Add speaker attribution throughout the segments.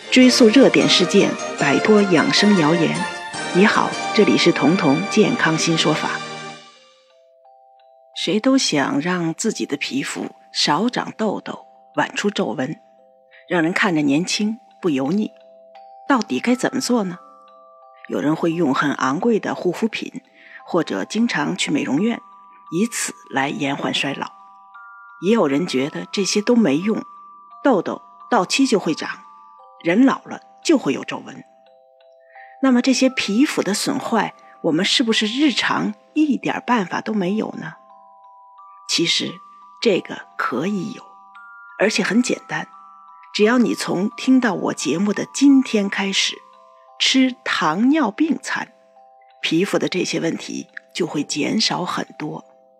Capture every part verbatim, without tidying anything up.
Speaker 1: 追溯热点事件，摆脱养生谣言。你好，这里是彤彤健康新说法。谁都想让自己的皮肤少长痘痘，晚出皱纹，让人看着年轻不油腻。到底该怎么做呢？有人会用很昂贵的护肤品，或者经常去美容院，以此来延缓衰老。也有人觉得这些都没用，痘痘到期就会长，人老了就会有皱纹。那么这些皮肤的损坏，我们是不是日常一点办法都没有呢？其实这个可以有，而且很简单，只要你从听到我节目的今天开始吃糖尿病餐，皮肤的这些问题就会减少很多。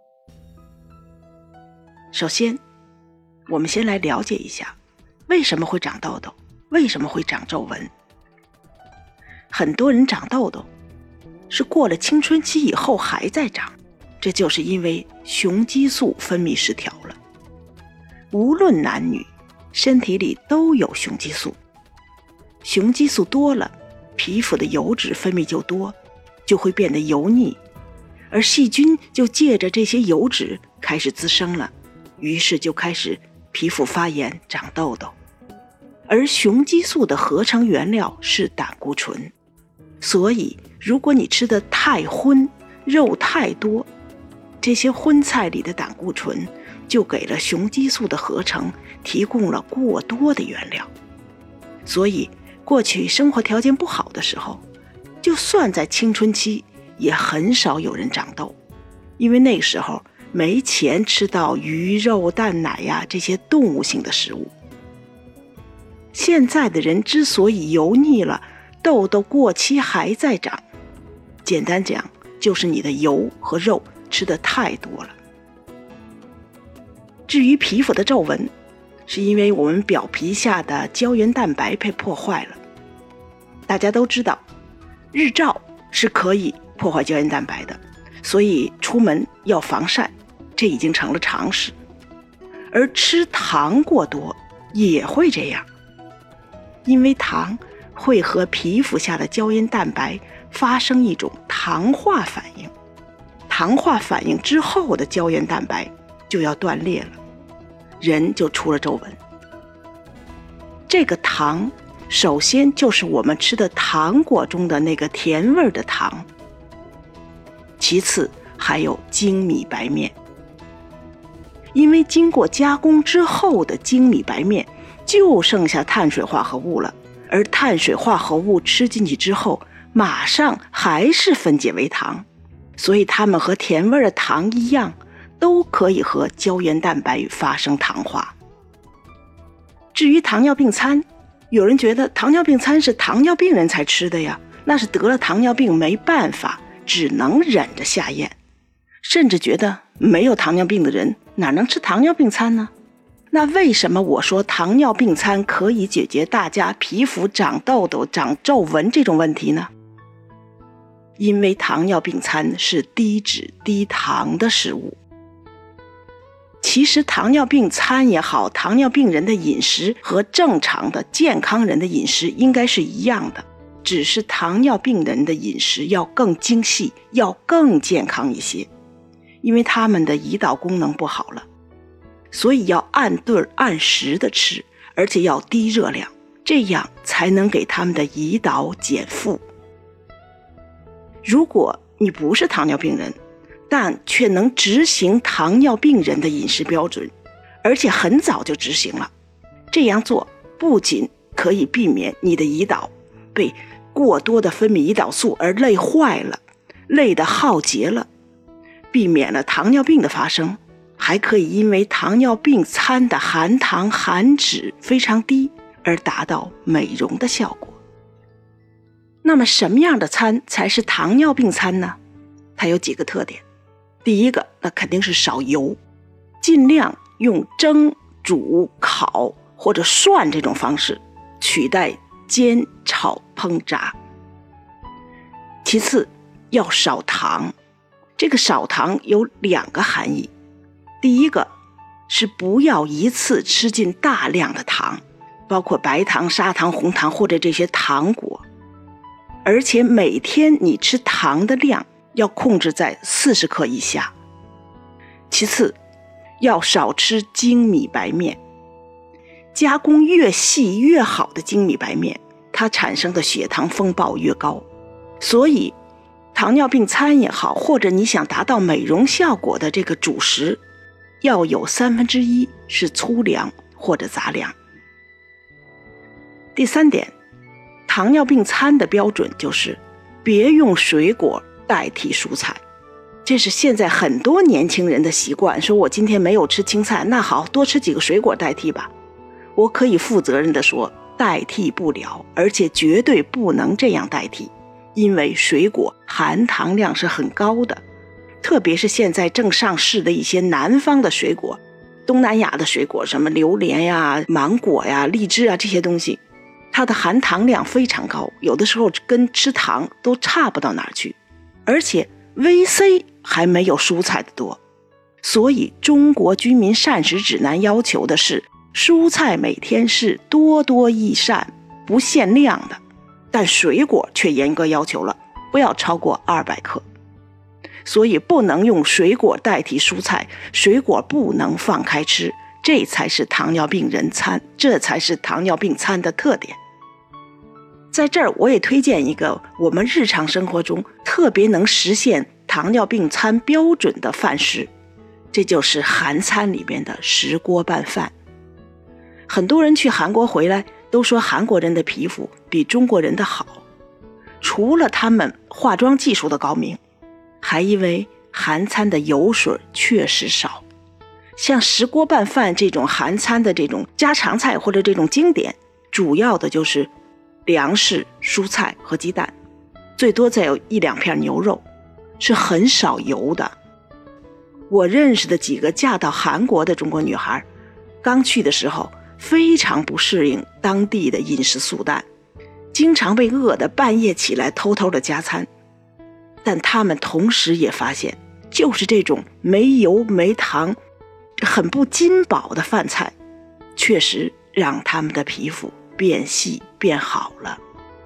Speaker 1: 首先，我们先来了解一下为什么会长痘痘，为什么会长皱纹。很多人长痘痘是过了青春期以后还在长，这就是因为雄激素分泌失调了。无论男女，身体里都有雄激素，雄激素多了，皮肤的油脂分泌就多，就会变得油腻，而细菌就借着这些油脂开始滋生了，于是就开始皮肤发炎长痘痘。而雄激素的合成原料是胆固醇，所以如果你吃的太荤，肉太多，这些荤菜里的胆固醇就给了雄激素的合成提供了过多的原料。所以过去生活条件不好的时候，就算在青春期也很少有人长痘，因为那时候没钱吃到鱼肉蛋奶呀这些动物性的食物。现在的人之所以油腻了，痘痘过期还在长，简单讲就是你的油和肉吃的太多了。至于皮肤的皱纹，是因为我们表皮下的胶原蛋白被破坏了。大家都知道日照是可以破坏胶原蛋白的，所以出门要防晒，这已经成了常识。而吃糖过多也会这样，因为糖会和皮肤下的胶原蛋白发生一种糖化反应，糖化反应之后的胶原蛋白就要断裂了，人就出了皱纹。这个糖首先就是我们吃的糖果中的那个甜味的糖，其次还有精米白面。因为经过加工之后的精米白面就剩下碳水化合物了，而碳水化合物吃进去之后马上还是分解为糖，所以它们和甜味的糖一样，都可以和胶原蛋白发生糖化。至于糖尿病餐，有人觉得糖尿病餐是糖尿病人才吃的呀，那是得了糖尿病没办法，只能忍着下咽，甚至觉得没有糖尿病的人哪能吃糖尿病餐呢？那为什么我说糖尿病餐可以解决大家皮肤长痘痘、长皱纹这种问题呢？因为糖尿病餐是低脂低糖的食物。其实糖尿病餐也好，糖尿病人的饮食和正常的健康人的饮食应该是一样的，只是糖尿病人的饮食要更精细，要更健康一些，因为他们的胰岛功能不好了，所以要按顿按时的吃，而且要低热量，这样才能给他们的胰岛减负。如果你不是糖尿病人，但却能执行糖尿病人的饮食标准，而且很早就执行了，这样做不仅可以避免你的胰岛被过多的分泌胰岛素而累坏了，累得耗竭了，避免了糖尿病的发生，还可以因为糖尿病餐的含糖含脂非常低而达到美容的效果。那么什么样的餐才是糖尿病餐呢？它有几个特点。第一个，那肯定是少油，尽量用蒸、煮、烤或者涮这种方式取代煎、炒、烹、炸。其次，要少糖。这个少糖有两个含义。第一个是不要一次吃进大量的糖， 包括白糖、砂糖、红糖或者这些糖果，而且每天你吃糖的量要控制在四十克以下。其次，要少吃精米白面，加工越细越好的精米白面，它产生的血糖风暴越高。所以糖尿病餐也好，或者你想达到美容效果的这个主食，要有三分之一是粗粮或者杂粮。第三点，糖尿病餐的标准就是别用水果代替蔬菜。这是现在很多年轻人的习惯，说我今天没有吃青菜，那好，多吃几个水果代替吧。我可以负责任地说，代替不了，而且绝对不能这样代替，因为水果含糖量是很高的，特别是现在正上市的一些南方的水果，东南亚的水果，什么榴莲呀、芒果呀、荔枝啊，这些东西它的含糖量非常高，有的时候跟吃糖都差不到哪儿去，而且 V C 还没有蔬菜的多。所以中国居民膳食指南要求的是蔬菜每天是多多益善，不限量的，但水果却严格要求了，不要超过二百克。所以不能用水果代替蔬菜，水果不能放开吃，这才是糖尿病人餐，这才是糖尿病餐的特点。在这儿我也推荐一个我们日常生活中特别能实现糖尿病餐标准的饭食，这就是韩餐里面的石锅拌饭。很多人去韩国回来都说韩国人的皮肤比中国人的好，除了他们化妆技术的高明，还因为韩餐的油水确实少。像石锅拌饭这种韩餐的这种家常菜或者这种经典，主要的就是粮食、蔬菜和鸡蛋，最多再有一两片牛肉，是很少油的。我认识的几个嫁到韩国的中国女孩，刚去的时候非常不适应当地的饮食素淡，经常被饿得半夜起来偷偷的加餐。但他们同时也发现，就是这种没油没糖很不金饱的饭菜，确实让他们的皮肤变细变好了。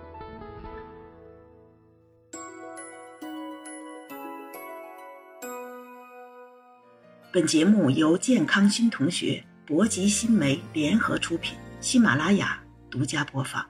Speaker 1: 本节目由健康新同学、博吉新媒联合出品，喜马拉雅独家播放。